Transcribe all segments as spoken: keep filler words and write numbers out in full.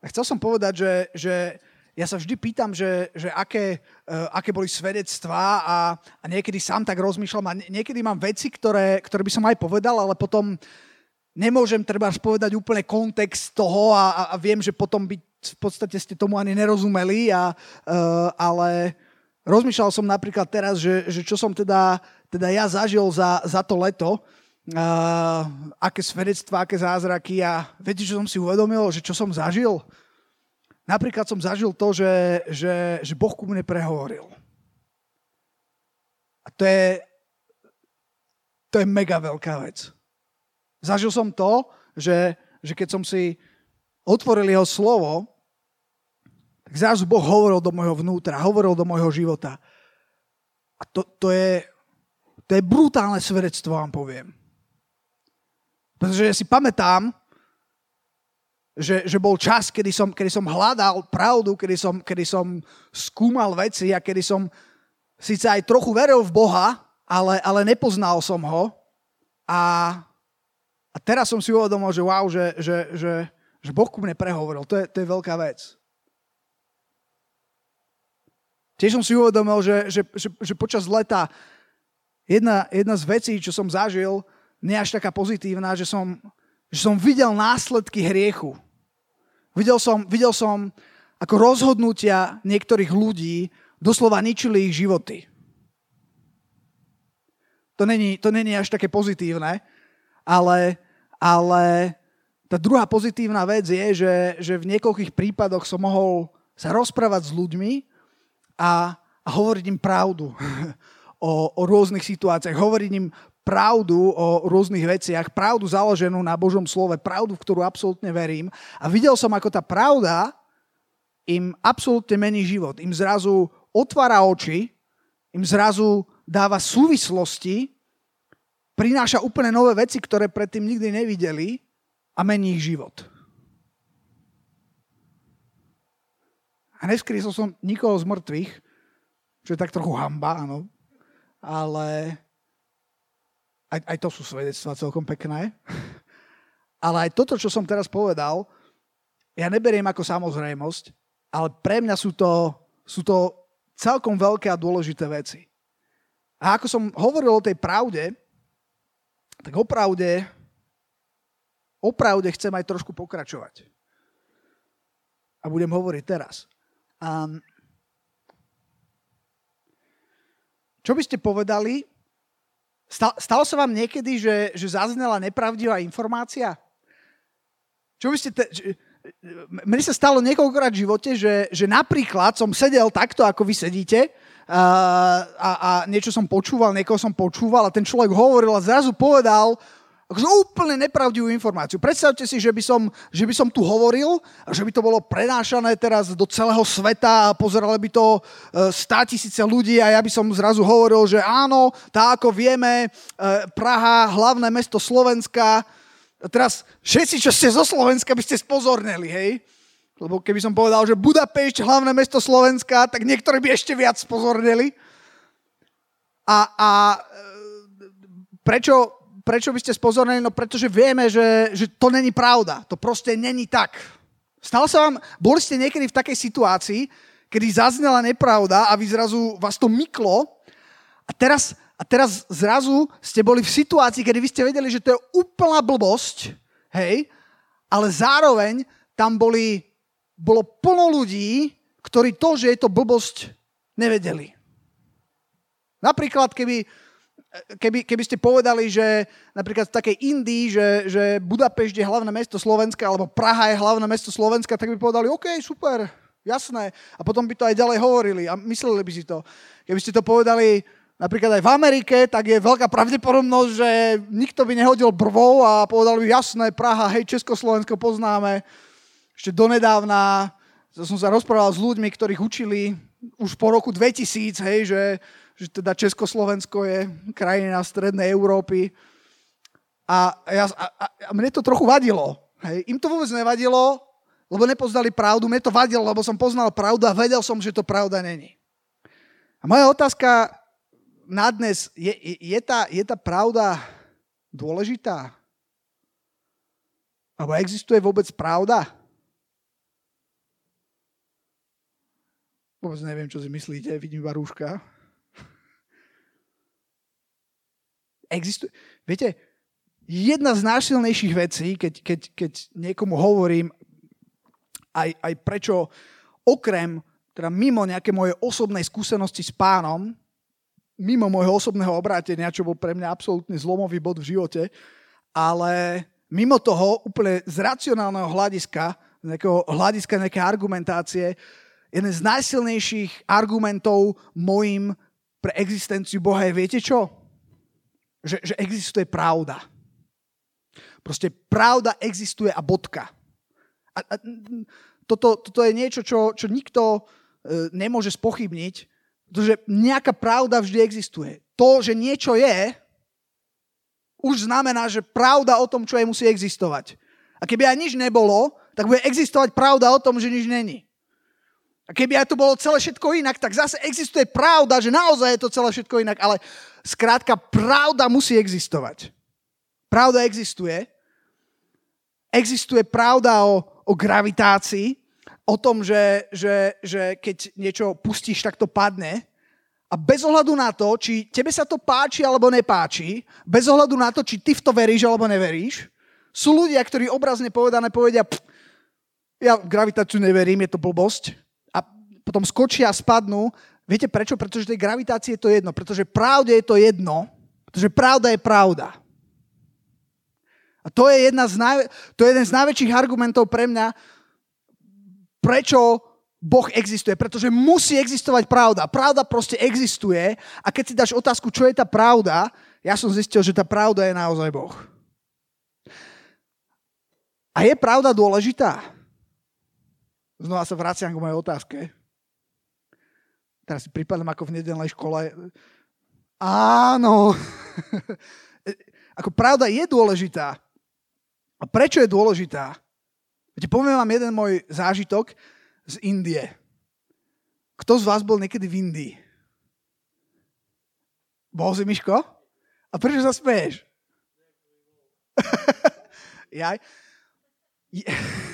A chcel som povedať, že, že ja sa vždy pýtam, že, že aké, uh, aké boli svedectvá a, a niekedy sám tak rozmýšľam a niekedy mám veci, ktoré, ktoré by som aj povedal, ale potom nemôžem treba povedať úplne kontext toho a, a, a viem, že potom by v podstate ste tomu ani nerozumeli, a, uh, ale rozmýšľal som napríklad teraz, že, že čo som teda, teda ja zažil za, za to leto, uh, aké svedectvá, aké zázraky a viete, čo som si uvedomil, že čo som zažil? Napríklad som zažil to, že, že, že Boh ku mne prehovoril. A to je, to je mega veľká vec. Zažil som to, že, že keď som si otvoril jeho slovo, tak zrazu Boh hovoril do môjho vnútra, hovoril do môjho života. A to, to, je, to je brutálne svedectvo, vám poviem. Pretože ja si pamätám, Že, že bol čas, kedy som, kedy som hľadal pravdu, kedy som, kedy som skúmal veci a kedy som síce aj trochu veril v Boha, ale, ale nepoznal som ho. A, a teraz som si uvedomil, že wow, že, že, že, že Boh ku mne prehovoril. To je, to je veľká vec. Tiež som si uvedomil, že, že, že, že počas leta jedna, jedna z vecí, čo som zažil, nie až taká pozitívna, že som... že som videl následky hriechu. Videl som, videl som, ako rozhodnutia niektorých ľudí doslova ničili ich životy. To není, to není až také pozitívne, ale, ale tá druhá pozitívna vec je, že, že v niekoľkých prípadoch som mohol sa rozprávať s ľuďmi a, a hovoriť im pravdu o, o rôznych situáciách, hovoriť im pravdu o rôznych veciach, pravdu založenú na Božom slove, pravdu, v ktorú absolútne verím. A videl som, ako tá pravda im absolútne mení život. Im zrazu otvára oči, im zrazu dáva súvislosti, prináša úplne nové veci, ktoré predtým nikdy nevideli a mení ich život. A neskrysil som nikoho z mŕtvych, čo je tak trochu hanba, áno, ale... Aj, aj to sú svedectvá celkom pekné. Ale aj toto, čo som teraz povedal, ja neberiem ako samozrejmosť, ale pre mňa sú to, sú to celkom veľké a dôležité veci. A ako som hovoril o tej pravde, tak o pravde, o pravde chcem aj trošku pokračovať. A budem hovoriť teraz. Um, čo by ste povedali, Stalo sa vám niekedy, že, že zaznela nepravdivá informácia? Čo by ste... Te, že, mne sa stalo niekoľkokrát v živote, že, že napríklad som sedel takto, ako vy sedíte a, a, a niečo som počúval, niekoho som počúval a ten človek hovoril a zrazu povedal akože úplne nepravdivú informáciu. Predstavte si, že by som, že by som tu hovoril a že by to bolo prenášané teraz do celého sveta a pozerali by to státisíce ľudí a ja by som zrazu hovoril, že áno, tak ako vieme, Praha, hlavné mesto Slovenska. A teraz všetci, čo ste zo Slovenska, by ste spozorneli, hej? Lebo keby som povedal, že Budapešť, hlavné mesto Slovenska, tak niektorí by ešte viac spozorneli. A, a prečo... Prečo by ste spozornili? No pretože vieme, že, že to není pravda. To proste není tak. Stalo sa vám, boli ste niekedy v takej situácii, kedy zaznela nepravda a vy zrazu vás to myklo a teraz, a teraz zrazu ste boli v situácii, kedy vy ste vedeli, že to je úplná blbosť, hej, ale zároveň tam boli, bolo plno ľudí, ktorí to, že je to blbosť, nevedeli. Napríklad, keby Keby, keby ste povedali, že napríklad v takej Indii, že, že Budapešť je hlavné mesto Slovenska, alebo Praha je hlavné mesto Slovenska, tak by povedali, OK, super, jasné. A potom by to aj ďalej hovorili a mysleli by si to. Keby ste to povedali napríklad aj v Amerike, tak je veľká pravdepodobnosť, že nikto by nehodil brvou a povedal by, jasné, Praha, hej, Československo poznáme. Ešte donedávna som sa rozprával s ľuďmi, ktorých učili už po roku dvetisíc, hej, že že teda Československo je krajina strednej Európy. A, ja, a, a mne to trochu vadilo. Hej. Im to vôbec nevadilo, lebo nepoznali pravdu. Mne to vadilo, lebo som poznal pravdu a vedel som, že to pravda není. A moja otázka na dnes, je, je, tá, je tá pravda dôležitá? Alebo existuje vôbec pravda? Vôbec neviem, čo si myslíte, vidím iba rúška. Existuje, viete, jedna z najsilnejších vecí, keď, keď, keď niekomu hovorím, aj, aj prečo okrem, teda mimo nejaké moje osobnej skúsenosti s Pánom, mimo môjho osobného obrátenia, čo bol pre mňa absolútne zlomový bod v živote, ale mimo toho úplne z racionálneho hľadiska, z nejakého hľadiska nejaké argumentácie, jeden z najsilnejších argumentov mojim pre existenciu Boha je, viete čo? Že, že existuje pravda. Proste pravda existuje a bodka. A, a, toto, toto je niečo, čo, čo nikto e, nemôže spochybniť, pretože nejaká pravda vždy existuje. To, že niečo je, už znamená, že pravda o tom, čo je, musí existovať. A keby aj nič nebolo, tak bude existovať pravda o tom, že nič není. A keby aj to bolo celé všetko inak, tak zase existuje pravda, že naozaj je to celé všetko inak, ale skrátka pravda musí existovať. Pravda existuje. Existuje pravda o, o gravitácii, o tom, že, že, že keď niečo pustíš, tak to padne. A bez ohľadu na to, či tebe sa to páči alebo nepáči, bez ohľadu na to, či ty v to veríš alebo neveríš, sú ľudia, ktorí obrazne povedané povedia, ja v gravitáciu neverím, je to blbosť. A potom skočia a spadnú. Viete prečo? Pretože tej gravitácii je to jedno. Pretože pravde je to jedno. Pretože pravda je pravda. A to je, jedna z naj... to je jeden z najväčších argumentov pre mňa, prečo Boh existuje. Pretože musí existovať pravda. Pravda proste existuje a keď si dáš otázku, čo je tá pravda, ja som zistil, že tá pravda je naozaj Boh. A je pravda dôležitá? Znova sa vraciam k mojej otázke. Teraz si pripadám ako v nedeľnej škole. Áno. Ako pravda je dôležitá. A prečo je dôležitá? Viete, poviem vám jeden môj zážitok z Indie. Kto z vás bol niekedy v Indii? Bol si, Miško? A prečo sa smeješ? Jaj. Je...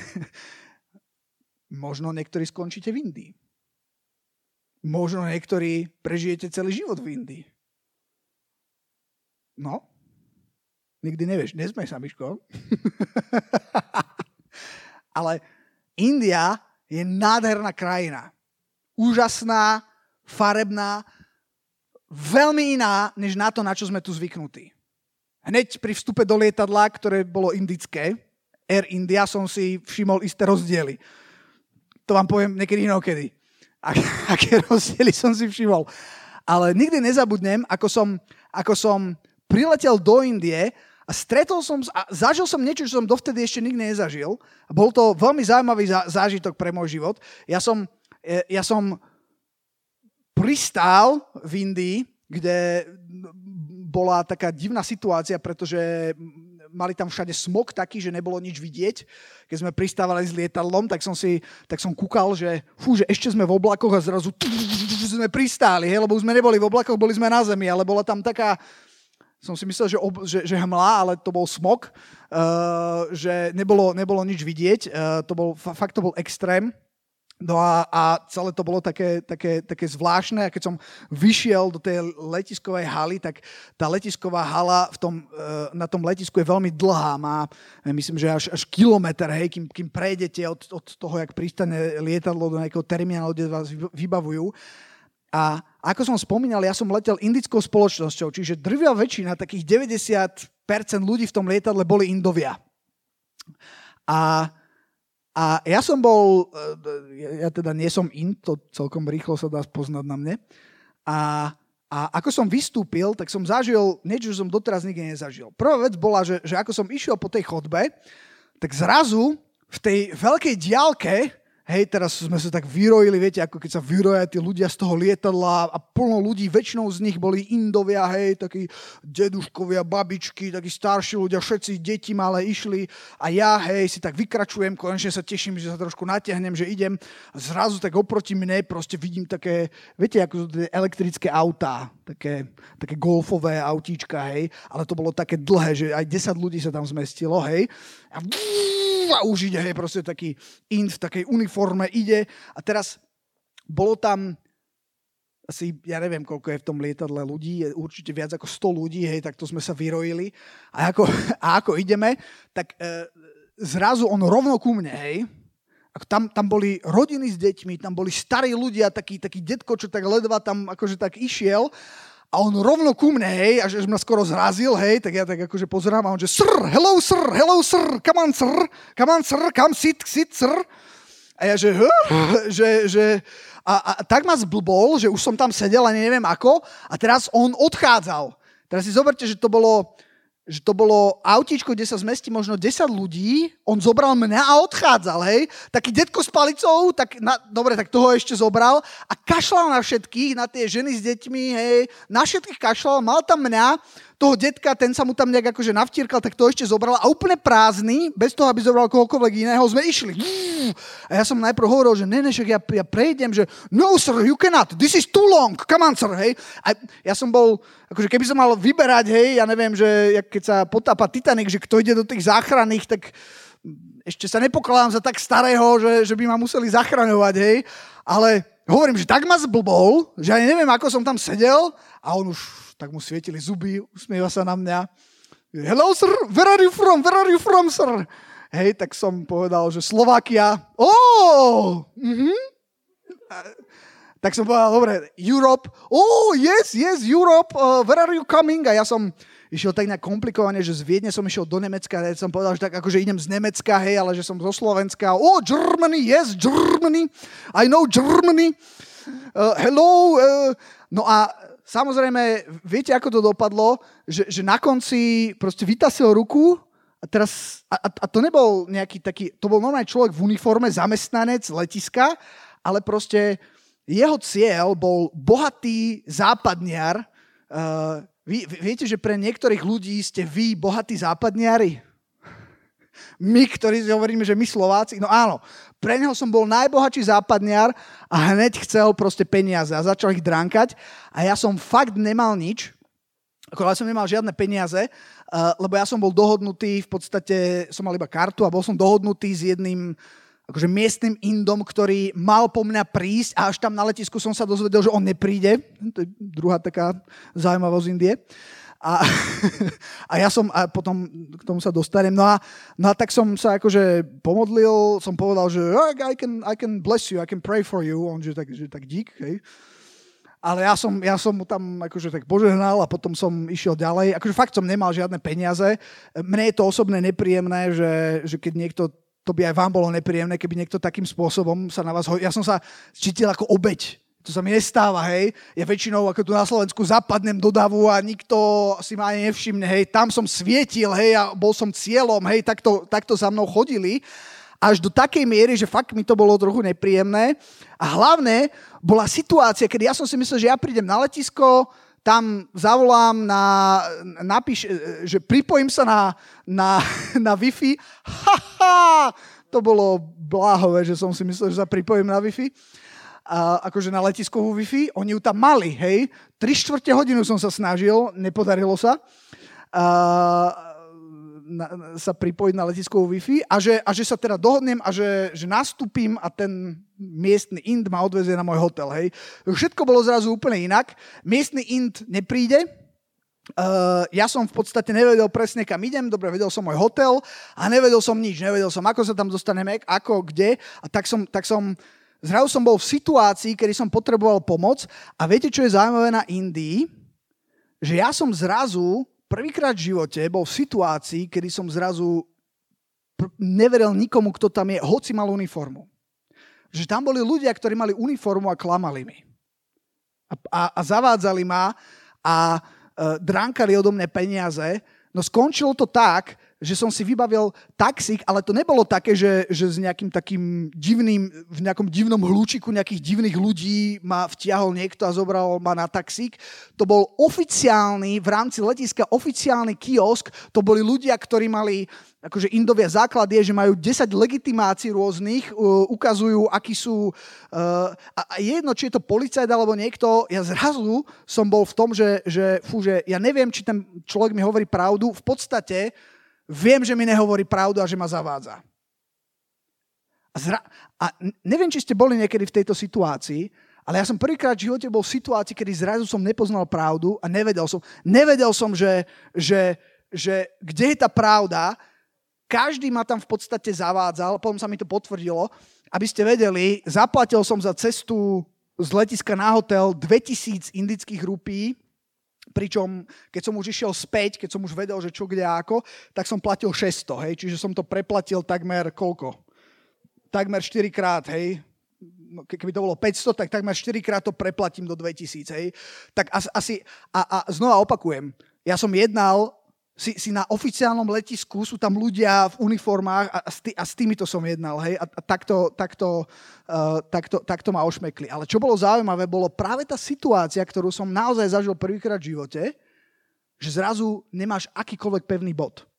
Možno niektorí skončíte v Indii. Možno niektorí prežijete celý život v Indii. No, nikdy nevieš. Nesmej sa, Miško. Ale India je nádherná krajina. Úžasná, farebná, veľmi iná, než na to, na čo sme tu zvyknutí. Hneď pri vstupe do lietadla, ktoré bolo indické, Air India, som si všimol isté rozdiely. To vám poviem niekedy inokedy. Aké rozdiely som si všimol. Ale nikdy nezabudnem, ako som, ako som priletel do Indie a stretol som, a zažil som niečo, čo som dovtedy ešte nikdy nezažil. A bol to veľmi zaujímavý zážitok pre môj život. Ja som, ja som pristál v Indii, kde bola taká divná situácia, pretože mali tam všade smog taký, že nebolo nič vidieť. Keď sme pristávali s lietadlom, tak som si, tak som kúkal, že fú, že ešte sme v oblakoch a zrazu sme pristáli, hej, lebo už sme neboli v oblakoch, boli sme na zemi, ale bola tam taká, som si myslel, že, ob, že, že hmla, ale to bol smog, uh, že nebolo, nebolo nič vidieť, uh, to bol, fakt to bol extrém. No a, a celé to bolo také, také, také zvláštne a keď som vyšiel do tej letiskovej haly, tak tá letisková hala v tom, na tom letisku je veľmi dlhá, má myslím, že až, až kilometr, hej, kým, kým prejdete od, od toho, jak pristane lietadlo do nejakého terminálu, kde vás vybavujú. A ako som spomínal, ja som letel indickou spoločnosťou, čiže drvivá väčšina, takých deväťdesiat percent ľudí v tom lietadle boli Indovia. A A ja som bol, ja teda nie som Ind, to celkom rýchlo sa dá poznať na mne. A, a ako som vystúpil, tak som zažil niečo, čo som doteraz nikdy nezažil. Prvá vec bola, že, že ako som išiel po tej chodbe, tak zrazu v tej veľkej diaľke, hej, teraz sme sa tak vyrojili, viete, ako keď sa vyroja tí ľudia z toho lietadla a plno ľudí, väčšinou z nich boli Indovia, hej, takí deduškovia, babičky, takí starší ľudia, všetci deti malé išli a ja, hej, si tak vykračujem, konečne sa teším, že sa trošku natiahnem, že idem a zrazu tak oproti mne proste vidím také, viete, ako tie elektrické autá, také, také golfové autíčka, hej, ale to bolo také dlhé, že aj desať ľudí sa tam zmestilo, hej, a a už ide, hej, proste taký Ind v takej uniforme ide a teraz Bolo tam asi, ja neviem, koľko je v tom lietadle ľudí, je určite viac ako sto ľudí, hej, tak to sme sa vyrojili. A ako, a ako ideme, tak e, zrazu on rovno ku mne, hej, ako tam, tam boli rodiny s deťmi, tam boli starí ľudia, taký, taký detko, čo tak ledva tam akože tak išiel a on rovno ku mne, hej, až, až ma skoro zrazil, hej, tak ja tak akože pozerám a on že sir, hello sir, hello sir, come on sir, come on sir, come sit, sit sir. A ja že, huh, že, že a, a tak ma zblbol, že už som tam sedel a neviem ako a teraz on odchádzal. Teraz si zoberte, že to bolo, že to bolo autíčko, kde sa zmestí možno desať ľudí, on zobral mňa a odchádzal, hej. Taký detko s palicou, tak na, dobre, tak toho ešte zobral a kašľal na všetkých, na tie ženy s deťmi, hej, na všetkých kašľal, mal tam mňa, toho detka, ten sa mu tam nejak akože navtírkal, tak to ešte zobral a úplne prázdny, bez toho, aby zobral kohokoľvek iného, sme išli. A ja som najprv hovoril, že ne, ne, však ja, ja prejdem, že no sir, you cannot, this is too long, come on sir, hej. A ja som bol, akože keby som mal vyberať, hej, ja neviem, že keď sa potápa Titanic, že kto ide do tých záchranných, tak ešte sa nepokladám za tak starého, že, že by ma museli zachraňovať, hej. Ale hovorím, že tak ma zblbol, že ani neviem, ako som tam sedel a on už tak mu svietili zuby, usmieva sa na mňa. Hello, sir, where are you from? Where are you from, sir? Hej, tak som povedal, že Slovakia. Oh! Mhm. Tak som povedal, dobre, Europe. Oh, yes, yes, Europe. Uh, where are you coming? A ja som išiel tak nejak komplikovane, že z Viedne som išiel do Nemecka. Ja som povedal, že tak akože idem z Nemecka, hej, ale že som zo Slovenska. Oh, Germany, yes, Germany. I know Germany. Uh, hello. Uh, no a samozrejme, viete, ako to dopadlo? Že, že na konci proste vytasil ruku a teraz, a, a to nebol nejaký taký, to bol normálny človek v uniforme, zamestnanec letiska, ale proste jeho cieľ bol bohatý západniar. Uh, vy, viete, že pre niektorých ľudí ste vy bohatí západniari? My, ktorí si hovoríme, že my Slováci, no áno, pre neho som bol najbohatší západniar a hneď chcel proste peniaze a začal ich dránkať a ja som fakt nemal nič, ako ja som nemal žiadne peniaze, uh, lebo ja som bol dohodnutý, v podstate som mal iba kartu a bol som dohodnutý s jedným akože miestnym Indom, ktorý mal po mňa prísť a až tam na letisku som sa dozvedel, že on nepríde. To je druhá taká zaujímavosť Indie. A, a ja som, a potom k tomu sa dostanem, no a, no a tak som sa akože pomodlil, som povedal, že I can, I can bless you, I can pray for you, on že tak, že tak dík, hej. Ale ja som, ja som mu tam akože tak požehnal a potom som išiel ďalej, akože fakt som nemal žiadne peniaze, mne je to osobne nepríjemné, že, že keď niekto, to by aj vám bolo nepríjemné, keby niekto takým spôsobom sa na vás ho... Ja som sa cítil ako obeť. To sa mi nestáva, hej. Ja väčšinou, ako tu na Slovensku, zapadnem do davu a nikto si ma ani nevšimne, hej. Tam som svietil, hej, a bol som cieľom, hej, takto, takto za mnou chodili. Až do takej miery, že fakt mi to bolo trochu nepríjemné. A hlavne bola situácia, kedy ja som si myslel, že ja prídem na letisko, tam zavolám na, napíš, že pripojím sa na, na, na Wi-Fi. Haha, to bolo bláhové, že som si myslel, že sa pripojím na Wi-Fi. A akože na letiskovú Wi-Fi, oni ju tam mali, hej. Tri štvrte hodinu som sa snažil, nepodarilo sa a, na, sa pripojiť na letiskovú Wi-Fi a že, a že sa teda dohodnem a že, že nastúpim a ten miestny Ind ma odvezie na môj hotel, hej. Všetko bolo zrazu úplne inak. Miestny Ind nepríde, uh, ja som v podstate nevedel presne, kam idem, dobre, vedel som môj hotel a nevedel som nič, nevedel som, ako sa tam dostaneme, ako, kde a tak som, tak som Zrazu som bol v situácii, kedy som potreboval pomoc a viete, čo je zaujímavé na Indii? Že ja som zrazu prvýkrát v živote bol v situácii, kedy som zrazu pr- neveril nikomu, kto tam je, hoci mal uniformu. Že tam boli ľudia, ktorí mali uniformu a klamali mi. A, a, a zavádzali ma a e, dránkali odo mňa peniaze. No skončilo to tak, že som si vybavil taxík, ale to nebolo také, že, že s nejakým takým divným, v nejakom divnom hľúčiku nejakých divných ľudí ma vtiahol niekto a zobral ma na taxík. To bol oficiálny, v rámci letiska oficiálny kiosk, to boli ľudia, ktorí mali, akože Indovia základ je, že majú desať legitimácií rôznych, uh, ukazujú, akí sú, uh, a, a jedno, či je to policajt alebo niekto, ja zrazu som bol v tom, že, že, fú, že ja neviem, či ten človek mi hovorí pravdu, v podstate viem, že mi nehovorí pravdu a že ma zavádza. A, zra- a neviem, či ste boli niekedy v tejto situácii, ale ja som prvýkrát v živote bol v situácii, kedy zrazu som nepoznal pravdu a nevedel som, nevedel som, že, že, že kde je tá pravda. Každý ma tam v podstate zavádzal, potom sa mi to potvrdilo. Aby ste vedeli, zaplatil som za cestu z letiska na hotel dvetisíc indických rupí, pričom keď som už išiel späť, keď som už vedel, že čo kde ako, tak som platil šesťsto, hej, čiže som to preplatil takmer koľko? Takmer štyrikrát, hej. No, keby to bolo päťsto, tak takmer štyrikrát to preplatím do dvetisíc, hej. Tak asi, a, a znova opakujem, ja som jednal, si, si na oficiálnom letisku, sú tam ľudia v uniformách a, a, s, tý, a s týmito som jednal, hej. A, a takto, takto, uh, takto, takto ma ošmekli. Ale čo bolo zaujímavé, bolo práve tá situácia, ktorú som naozaj zažil prvýkrát v živote, že zrazu nemáš akýkoľvek pevný bod.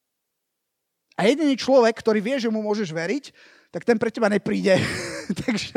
A jediný človek, ktorý vie, že mu môžeš veriť, tak ten pre teba nepríde. Takže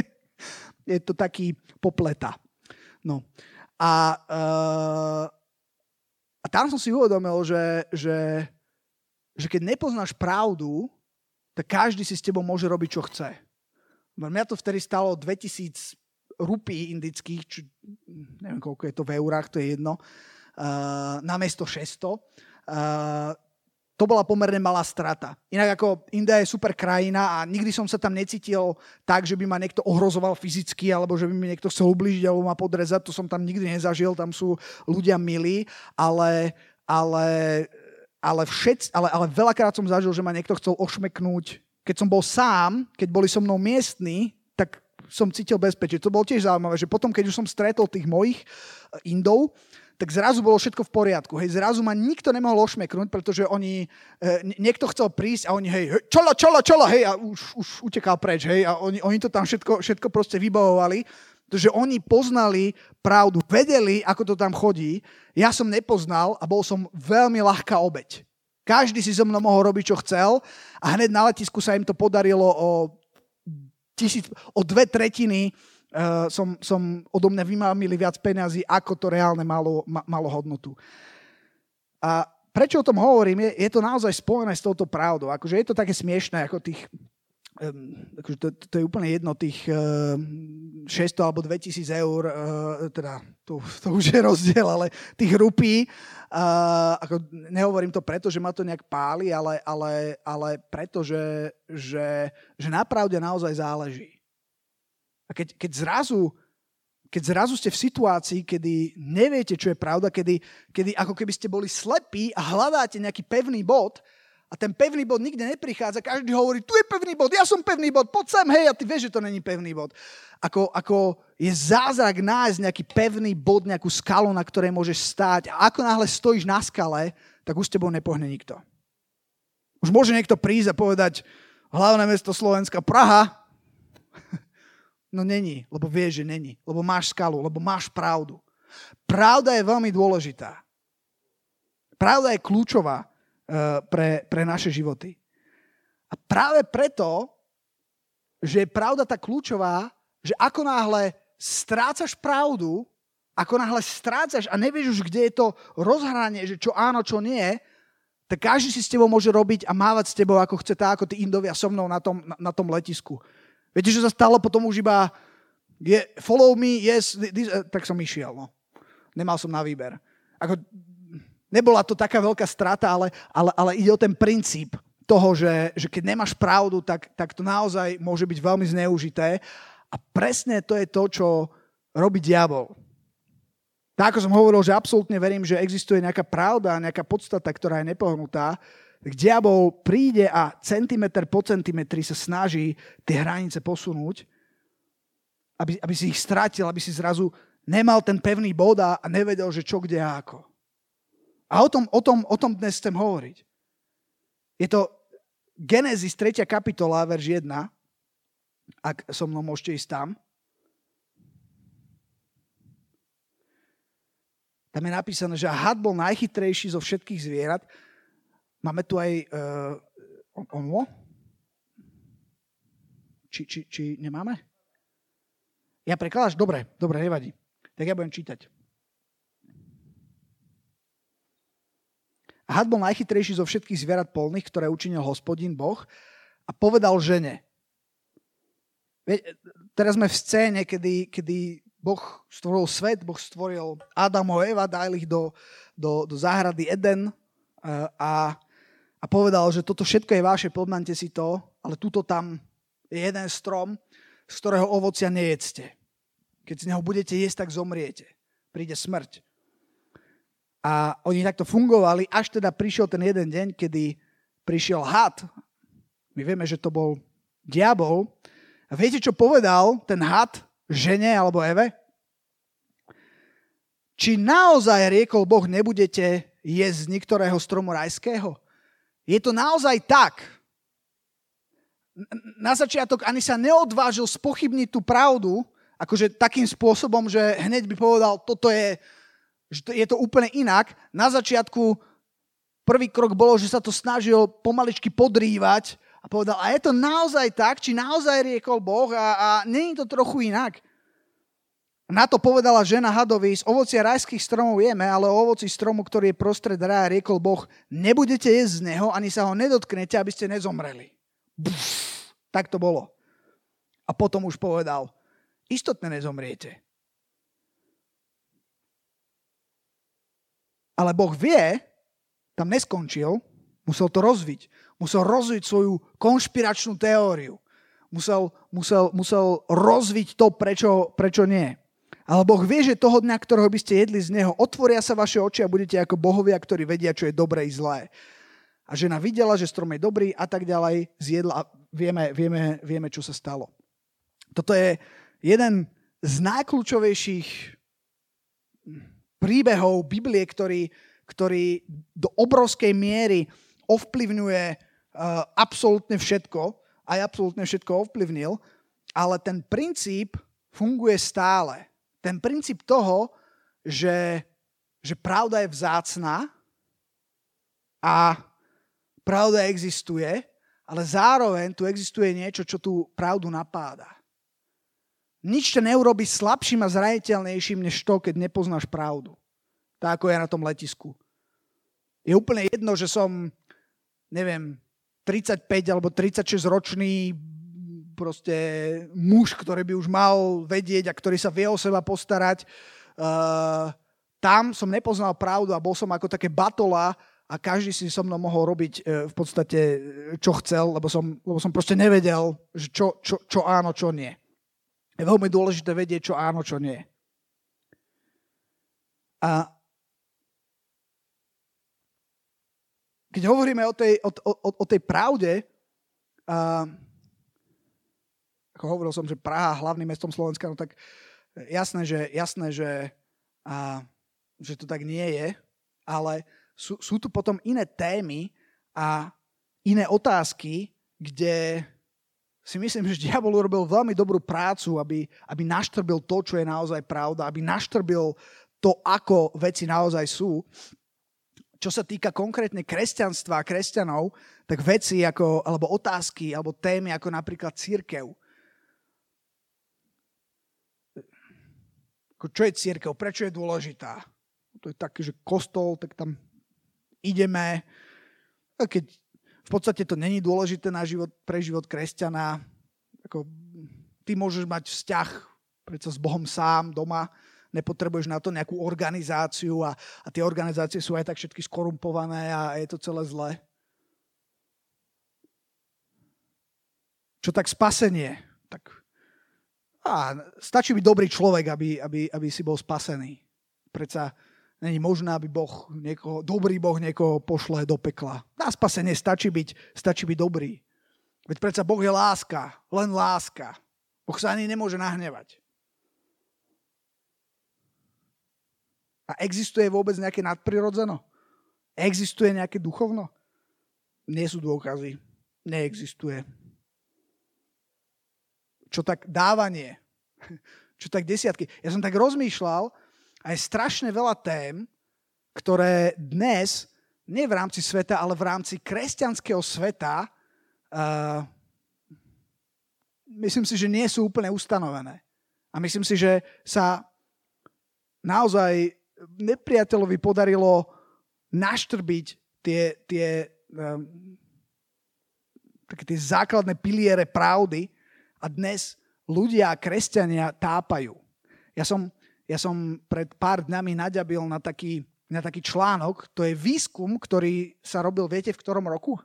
je to taký popleta. No. A, uh, a tam som si uvedomil, že, že, že keď nepoznáš pravdu, tak každý si s tebou môže robiť, čo chce. Mňa to vtedy stalo dvetisíc rupí indických, či, neviem, koľko je to v eurách, to je jedno, uh, namiesto šesťsto. Uh, To bola pomerne malá strata. Inak ako India je super krajina a nikdy som sa tam necítil tak, že by ma niekto ohrozoval fyzicky alebo že by mi niekto chcel ublížiť alebo ma podrezať. To som tam nikdy nezažil. Tam sú ľudia milí, ale, ale, ale, všetci, ale, ale veľakrát som zažil, že ma niekto chcel ošmeknúť. Keď som bol sám, keď boli so mnou miestni, tak som cítil bezpečie. To bolo tiež zaujímavé, že potom, keď už som stretol tých mojich Indov, tak zrazu bolo všetko v poriadku. Hej, zrazu ma nikto nemohol ošmeknúť, pretože oni, e, niekto chcel prísť a oni, hej, hej čolo, čolo, čolo, hej, a už, už utekal preč, hej, a oni, oni to tam všetko, všetko proste vybavovali, pretože oni poznali pravdu, vedeli, ako to tam chodí. Ja som nepoznal a bol som veľmi ľahká obeť. Každý si so mnou mohol robiť, čo chcel a hneď na letisku sa im to podarilo o, tisíc, o dve tretiny Uh, som, som odo mňa vymámili viac peňazí, ako to reálne malo, ma, malo hodnotu. A prečo o tom hovorím, je, je to naozaj spojené s touto pravdou. Akože je to také smiešné, ako tých, um, akože to, to je úplne jedno, tých um, šesťsto alebo dvetisíc eur, uh, teda to, to už je rozdiel, ale tých rupí, uh, ako nehovorím to preto, že ma to nejak páli, ale, ale, ale preto, že, že, že na pravde naozaj záleží. A keď, keď, zrazu, keď zrazu ste v situácii, kedy neviete, čo je pravda, kedy, kedy ako keby ste boli slepí a hľadáte nejaký pevný bod a ten pevný bod nikde neprichádza, každý hovorí, tu je pevný bod, ja som pevný bod, poď sem, hej, a ty vieš, že to není pevný bod. Ako, ako je zázrak nájsť nejaký pevný bod, nejakú skalu, na ktorej môžeš stáť a ako náhle stojíš na skale, tak už s tebou nepohne nikto. Už môže niekto prísť a povedať, hlavné mesto Slovenska, Praha. No není, lebo vieš, že není. Lebo máš skalu, lebo máš pravdu. Pravda je veľmi dôležitá. Pravda je kľúčová uh, pre, pre naše životy. A práve preto, že je pravda tak kľúčová, že ako náhle strácaš pravdu, ako náhle strácaš a nevieš už, kde je to rozhranie, že čo áno, čo nie, tak každý si s tebou môže robiť a mávať s tebou, ako chce tá, ako tí Indovia so mnou na tom, na, na tom letisku. Viete, že sa stalo potom už iba je, follow me, yes, this, tak som išiel. No. Nemal som na výber. Ako, nebola to taká veľká strata, ale, ale, ale ide o ten princíp toho, že, že keď nemáš pravdu, tak, tak to naozaj môže byť veľmi zneužité. A presne to je to, čo robí diabol. Tak ako som hovoril, že absolútne verím, že existuje nejaká pravda, nejaká podstata, ktorá je nepohnutá, tak diabol príde a centimeter po centimetri sa snaží tie hranice posunúť, aby, aby si ich strátil, aby si zrazu nemal ten pevný bod a nevedel, že čo, kde a ako. A o tom, o tom, o tom dnes chcem hovoriť. Je to Genesis tretia kapitola, verš jeden, ak so mnou môžete ísť tam. Tam je napísané, že had bol najchytrejší zo všetkých zvierat. Máme tu aj uh, onvo? Či, či, či nemáme? Ja prekladáš? Dobre, dobre, nevadí. Tak ja budem čítať. A had bol najchytrejší zo všetkých zvierat polných, ktoré učinil Hospodin Boh a povedal žene. Teraz sme v scéne, kedy, kedy Boh stvoril svet, Boh stvoril Adamo a Eva, dal ich do, do, do záhrady Eden a, a povedal, že toto všetko je vaše, podmante si to, ale tuto tam je jeden strom, z ktorého ovocia nejedzte. Keď z neho budete jesť, tak zomriete. Príde smrť. A oni takto fungovali, až teda prišiel ten jeden deň, kedy prišiel had. My vieme, že to bol diabol. A viete, čo povedal ten had žene alebo Eve? Či naozaj riekol Boh, nebudete jesť z niektorého stromu rajského? Je to naozaj tak? Na začiatok ani sa neodvážil spochybniť tú pravdu, akože takým spôsobom, že hneď by povedal, toto je, že to, je to úplne inak. Na začiatku prvý krok bolo, že sa to snažil pomaličky podrývať a povedal, a je to naozaj tak, či naozaj riekol Boh a, a nie je to trochu inak. Na to povedala žena hadovi, z ovocia rajských stromov jeme, ale o ovoci stromu, ktorý je prostred raja, riekol Boh, nebudete jesť z neho, ani sa ho nedotknete, aby ste nezomreli. Buf, tak to bolo. A potom už povedal, istotne nezomriete. Ale Boh vie, tam neskončil, musel to rozviť. Musel rozviť svoju konšpiračnú teóriu. Musel, musel, musel rozviť to, prečo, prečo nie. Ale Boh vie, že toho dňa, ktorého by ste jedli z neho, otvoria sa vaše oči a budete ako bohovia, ktorí vedia, čo je dobré i zlé. A žena videla, že strom je dobrý a tak ďalej, zjedla a vieme, vieme, vieme, čo sa stalo. Toto je jeden z najkľúčovejších príbehov Biblie, ktorý, ktorý do obrovskej miery ovplyvňuje uh, absolútne všetko, aj absolútne všetko ovplyvnil, ale ten princíp funguje stále. Ten princíp toho, že, že pravda je vzácna a pravda existuje, ale zároveň tu existuje niečo, čo tú pravdu napáda. Nič ťa neurobi slabším a zraniteľnejším, než to, keď nepoznáš pravdu. Tak ako je na tom letisku. Je úplne jedno, že som, neviem, tridsaťpäť alebo tridsaťšesť ročný proste muž, ktorý by už mal vedieť a ktorý sa vie o seba postarať. Uh, tam som nepoznal pravdu a bol som ako také batola a každý si so mnou mohol robiť uh, v podstate čo chcel, lebo som, lebo som proste nevedel, že čo, čo, čo áno, čo nie. Je veľmi dôležité vedieť, čo áno, čo nie. A keď hovoríme o tej, o, o, o tej pravde, uh, ako hovoril som, že Praha hlavným mestom Slovenska, no tak jasné, že, jasné, že, uh, že to tak nie je, ale sú, sú tu potom iné témy a iné otázky, kde si myslím, že diabol urobil veľmi dobrú prácu, aby, aby naštrbil to, čo je naozaj pravda, aby naštrbil to, ako veci naozaj sú. Čo sa týka konkrétne kresťanstva a kresťanov, tak veci ako, alebo otázky, alebo témy ako napríklad cirkev. Čo je cirkev? Prečo je dôležitá? To je také, že kostol, tak tam ideme. A keď v podstate to není dôležité na život, pre život kresťana. Ako, ty môžeš mať vzťah predsa s Bohom sám doma, nepotrebuješ na to nejakú organizáciu a, a tie organizácie sú aj tak všetky skorumpované a je to celé zlé. Čo tak spasenie? Tak, á, stačí byť dobrý človek, aby, aby, aby si bol spasený. Predsa není možné, aby Boh niekoho, dobrý Boh niekoho pošle do pekla. Na spasenie stačí byť, stačí byť dobrý. Veď predsa Boh je láska, len láska. Boh sa ani nemôže nahnevať. A existuje vôbec nejaké nadprirodzeno? Existuje nejaké duchovno? Nie sú dôkazy. Neexistuje. Čo tak dávanie? Čo tak desiatky? Ja som tak rozmýšľal a je strašne veľa tém, ktoré dnes, nie v rámci sveta, ale v rámci kresťanského sveta, uh, myslím si, že nie sú úplne ustanovené. A myslím si, že sa naozaj nepriateľovi podarilo naštrbiť tie, tie, um, také tie základné piliere pravdy a dnes ľudia, kresťania tápajú. Ja som, ja som pred pár dňami naďabil na taký, na taký článok, to je výskum, ktorý sa robil, viete, v ktorom roku?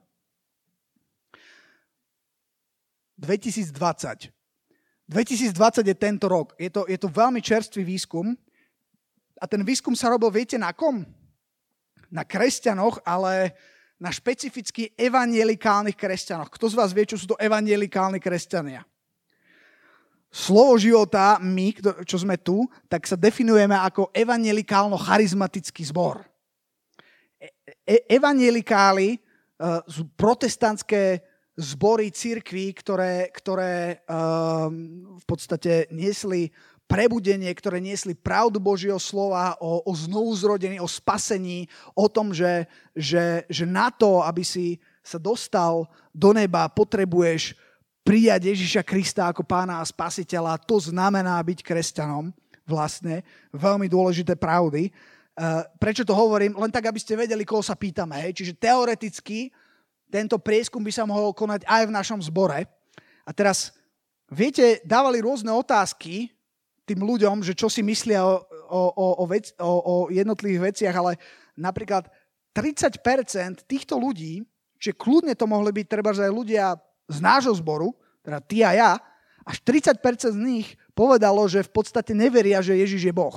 dvetisícdvadsať. dvetisícdvadsať je tento rok. Je to, je to veľmi čerstvý výskum a ten výskum sa robil, viete, na kom? Na kresťanoch, ale na špecificky evanjelikálnych kresťanoch. Kto z vás vie, čo sú to evanjelikálni kresťania? Slovo života, my, čo sme tu, tak sa definujeme ako evanjelikálno-charizmatický zbor. E- evanjelikáli uh, sú protestantské zbory cirkví, ktoré, ktoré um, v podstate niesli prebudenie, ktoré niesli pravdu Božieho slova o, o znovuzrodení, o spasení, o tom, že, že, že na to, aby si sa dostal do neba, potrebuješ prijať Ježiša Krista ako pána a spasiteľa. To znamená byť kresťanom. Vlastne veľmi dôležité pravdy. Uh, prečo to hovorím? Len tak, aby ste vedeli, koho sa pýtame. Hej? Čiže teoreticky tento prieskum by sa mohol konať aj v našom zbore. A teraz, viete, dávali rôzne otázky tým ľuďom, že čo si myslia o, o, o, vec, o, o jednotlivých veciach, ale napríklad tridsať percent týchto ľudí, že kľudne to mohli byť treba aj ľudia z nášho zboru, teda ty a ja, až tridsať percent z nich povedalo, že v podstate neveria, že Ježiš je Boh.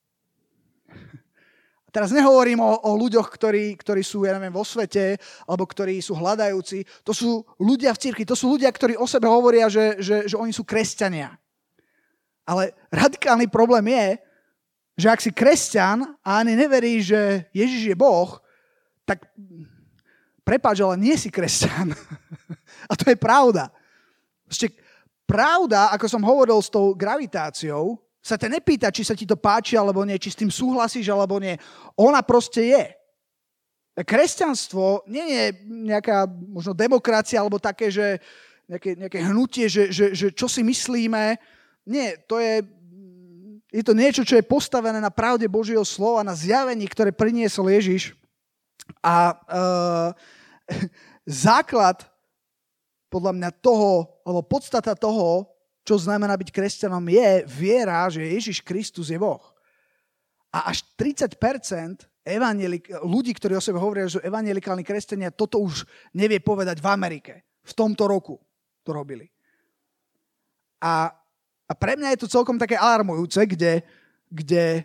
A teraz nehovorím o, o ľuďoch, ktorí, ktorí sú, ja neviem, vo svete, alebo ktorí sú hľadajúci. To sú ľudia v cirkvi, to sú ľudia, ktorí o sebe hovoria, že, že, že oni sú kresťania. Ale radikálny problém je, že ak si kresťan a ani neveríš, že Ježiš je Boh, tak prepáč, ale nie si kresťan. A to je pravda. Ešte pravda, ako som hovoril s tou gravitáciou, sa te nepýta, či sa ti to páči alebo nie, či s tým súhlasíš alebo nie. Ona proste je. Kresťanstvo nie je nejaká možno demokracia alebo také, že nejaké, nejaké hnutie, že, že, že čo si myslíme. Nie, to je, je to niečo, čo je postavené na pravde Božieho slova, na zjavení, ktoré priniesol Ježiš. A uh, základ podľa mňa toho, alebo podstata toho, čo znamená byť kresťanom, je viera, že Ježiš Kristus je Boh. A až tridsať percent evanjelik- ľudí, ktorí o sebe hovoria, že sú evanjelikálni kresťania, toto už nevie povedať v Amerike. V tomto roku to robili. A, a pre mňa je to celkom také alarmujúce, kde, kde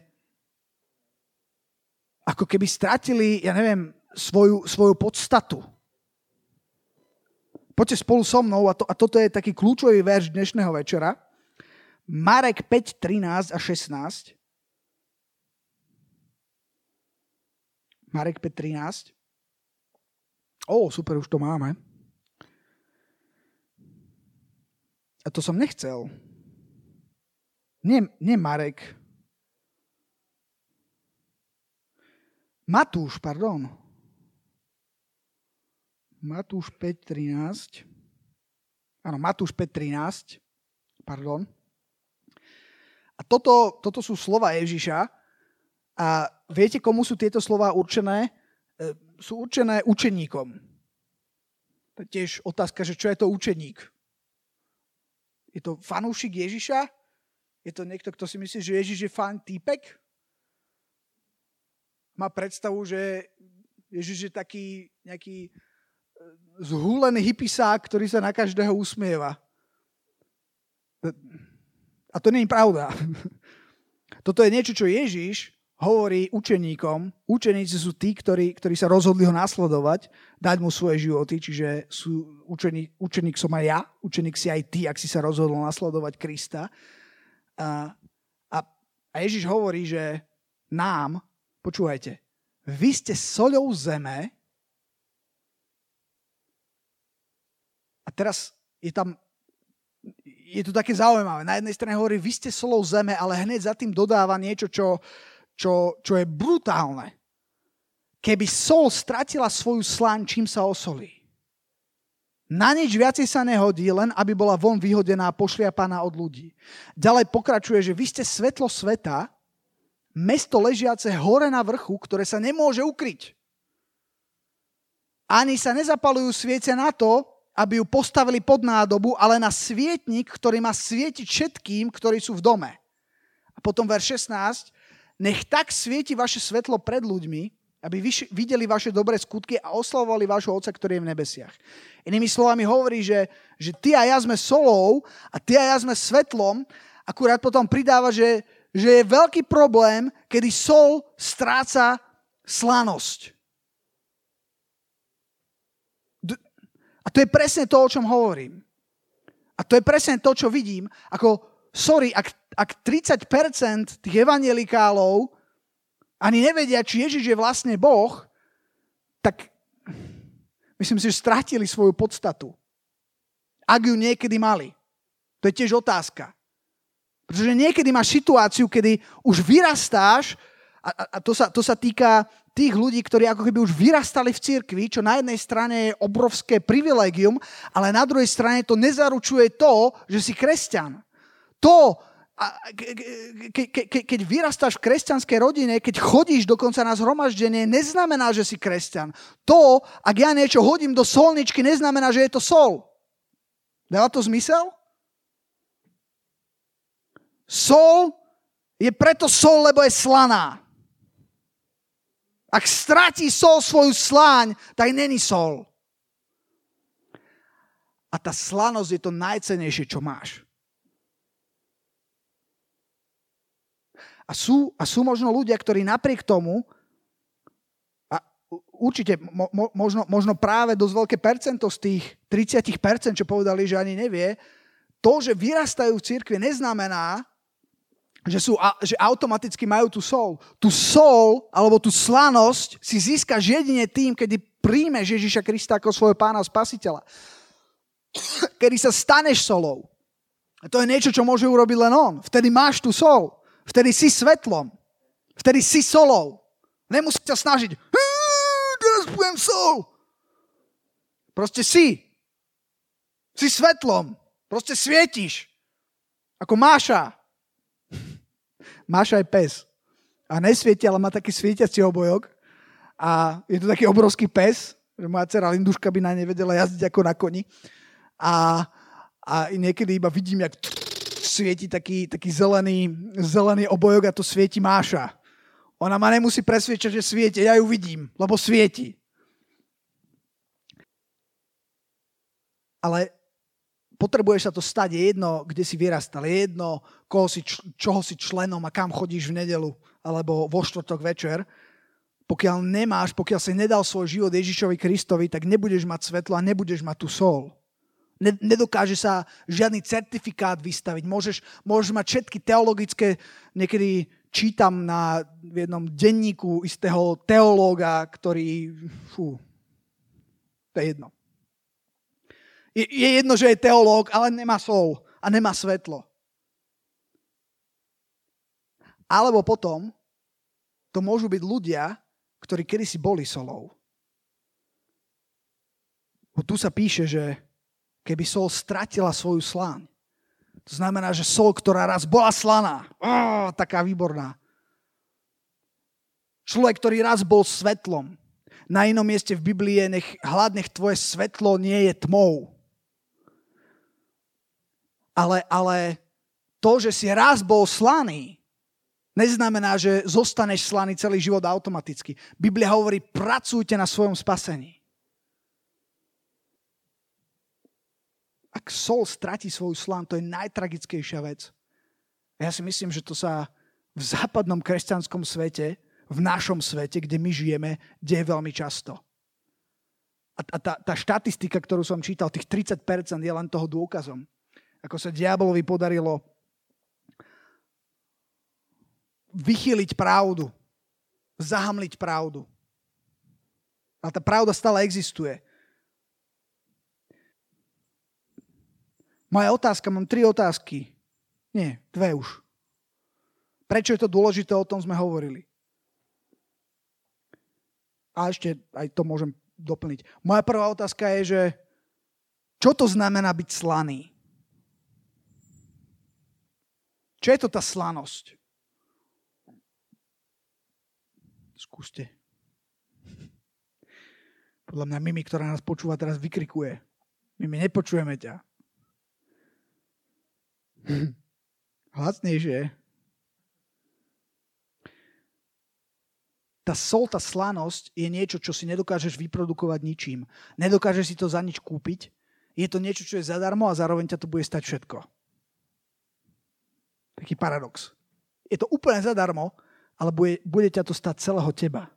ako keby stratili, ja neviem, svoju, svoju podstatu. Poďte spolu so mnou, a, to, a toto je taký kľúčový verš dnešného večera. Marek päť, trinásť a šestnásť. Marek päť, trinásť. Ó, super, už to máme. A to som nechcel. Nie, nie Marek. Matúš, pardon. Matúš päť, trinásť. Áno, Matúš päť, trinásť. Pardon. A toto, toto sú slova Ježiša. A viete, komu sú tieto slova určené? E, sú určené učeníkom. To je tiež otázka, že čo je to učeník? Je to fanúšik Ježiša? Je to niekto, kto si myslí, že Ježiš je fan týpek? Má predstavu, že Ježiš je taký nejaký zhúlený hippisák, ktorý sa na každého usmieva. A to nie je pravda. Toto je niečo, čo Ježiš hovorí učeníkom. Učeníci sú tí, ktorí, ktorí sa rozhodli ho nasledovať, dať mu svoje životy, čiže sú učeník, učeník som aj ja, učeník si aj ty, ak si sa rozhodol nasledovať Krista. A, a, a Ježiš hovorí, že nám, počúvajte, vy ste soľou zeme. A teraz je tam, je to také zaujímavé. Na jednej strane hovorí, vy ste solou zeme, ale hneď za tým dodáva niečo, čo, čo, čo je brutálne. Keby sol stratila svoju slaň, čím sa osolí? Na nič viacej sa nehodí, len aby bola von vyhodená a pošliapaná od ľudí. Ďalej pokračuje, že vy ste svetlo sveta, mesto ležiace hore na vrchu, ktoré sa nemôže ukryť. Ani sa nezapalujú sviece na to, aby ju postavili pod nádobu, ale na svietnik, ktorý má svietiť všetkým, ktorí sú v dome. A potom verš šestnásť. Nech tak svieti vaše svetlo pred ľuďmi, aby videli vaše dobré skutky a oslavovali vášho Otca, ktorý je v nebesiach. Inými slovami hovorí, že, že ty a ja sme solou a ty a ja sme svetlom, akurát potom pridáva, že, že je veľký problém, kedy sol stráca slanosť. A to je presne to, o čom hovorím. A to je presne to, čo vidím. Ako, sorry, ak, ak tridsať percent tých evanjelikálov ani nevedia, či Ježiš je vlastne Boh, tak myslím si, že strátili svoju podstatu. Ak ju niekedy mali. To je tiež otázka. Pretože niekedy máš situáciu, kedy už vyrastáš, a, a, a to, sa, to sa týka tých ľudí, ktorí ako keby už vyrastali v cirkvi, čo na jednej strane je obrovské privilégium, ale na druhej strane to nezaručuje to, že si kresťan. To, ke, ke, ke, keď vyrastáš v kresťanskej rodine, keď chodíš dokonca na zhromaždenie, neznamená, že si kresťan. To, ak ja niečo hodím do solničky, neznamená, že je to sol. Dáva to zmysel? Sol je preto sol, lebo je slaná. Ak stratí sol svoju sláň, tak není sol. A tá slanosť je to najcennejšie, čo máš. A sú, a sú možno ľudia, ktorí napriek tomu, a určite mo, mo, možno, možno práve dosť veľké percento z tých tridsať percent, čo povedali, že ani nevie, to, že vyrastajú v cirkvi, neznamená, že, sú, že automaticky majú tú sol. Tú sol, alebo tú slanosť si získaš jedine tým, kedy príjmeš Ježiša Krista ako svojho pána a spasiteľa. Kedy sa staneš solou. A to je niečo, čo môže urobiť len on. Vtedy máš tú sol. Vtedy si svetlom. Vtedy si solou. Nemusíš sa snažiť. Teraz budem sol. Proste si. Si svetlom. Proste svietíš. Ako Máša. Máša je pes. A nesvieti, ale má taký svietiaci obojok. A je to taký obrovský pes, že moja dcera Linduška by na nej vedela jazdiť ako na koni. A, a niekedy iba vidím, jak svieti taký, taký zelený, zelený obojok a to svieti Máša. Ona ma nemusí presviečať, že svieti. Ja ju vidím, lebo svieti. Ale potrebuješ sa to stať, je jedno, kde si vyrastal, je jedno, koho si, čoho si členom a kam chodíš v nedeľu alebo vo štvrtok večer. Pokiaľ nemáš, pokiaľ si nedal svoj život Ježišovi Kristovi, tak nebudeš mať svetlo a nebudeš mať tú sol. Nedokáže sa žiadny certifikát vystaviť. Môžeš, môžeš mať všetky teologické, niekedy čítam na v jednom denníku istého teológa, ktorý, fú, to je jedno. Je, je jedno, že je teológ, ale nemá sol a nemá svetlo. Alebo potom to môžu byť ľudia, ktorí kedysi boli solou. Bo tu sa píše, že keby sol stratila svoju sláň, to znamená, že sol, ktorá raz bola slaná, ó, taká výborná. Človek, ktorý raz bol svetlom. Na inom mieste v Biblii je, nech hlad, nech tvoje svetlo nie je tmou. Ale, ale to, že si raz bol slaný, neznamená, že zostaneš slaný celý život automaticky. Biblia hovorí, pracujte na svojom spasení. Ak sol stratí svoju sláň, to je najtragickejšia vec. Ja si myslím, že to sa v západnom kresťanskom svete, v našom svete, kde my žijeme, deje veľmi často. A, a tá, tá štatistika, ktorú som čítal, tých tridsať percent je len toho dôkazom. Ako sa diabolovi podarilo vychýliť pravdu, zahamliť pravdu. Ale tá pravda stále existuje. Moja otázka, mám tri otázky. Nie, dve už. Prečo je to dôležité, o tom sme hovorili. A ešte aj to môžem doplniť. Moja prvá otázka je, že čo to znamená byť slaný? Čo je to tá slanosť? Skúste. Podľa mňa Mimi, ktorá nás počúva, teraz vykrikuje. My, my nepočujeme ťa. Hlasnejšie. Tá sol, tá slanosť je niečo, čo si nedokážeš vyprodukovať ničím. Nedokážeš si to za nič kúpiť. Je to niečo, čo je zadarmo a zároveň ťa to bude stať všetko. Taký paradox. Je to úplne zadarmo, ale bude, bude ťa to stať celého teba.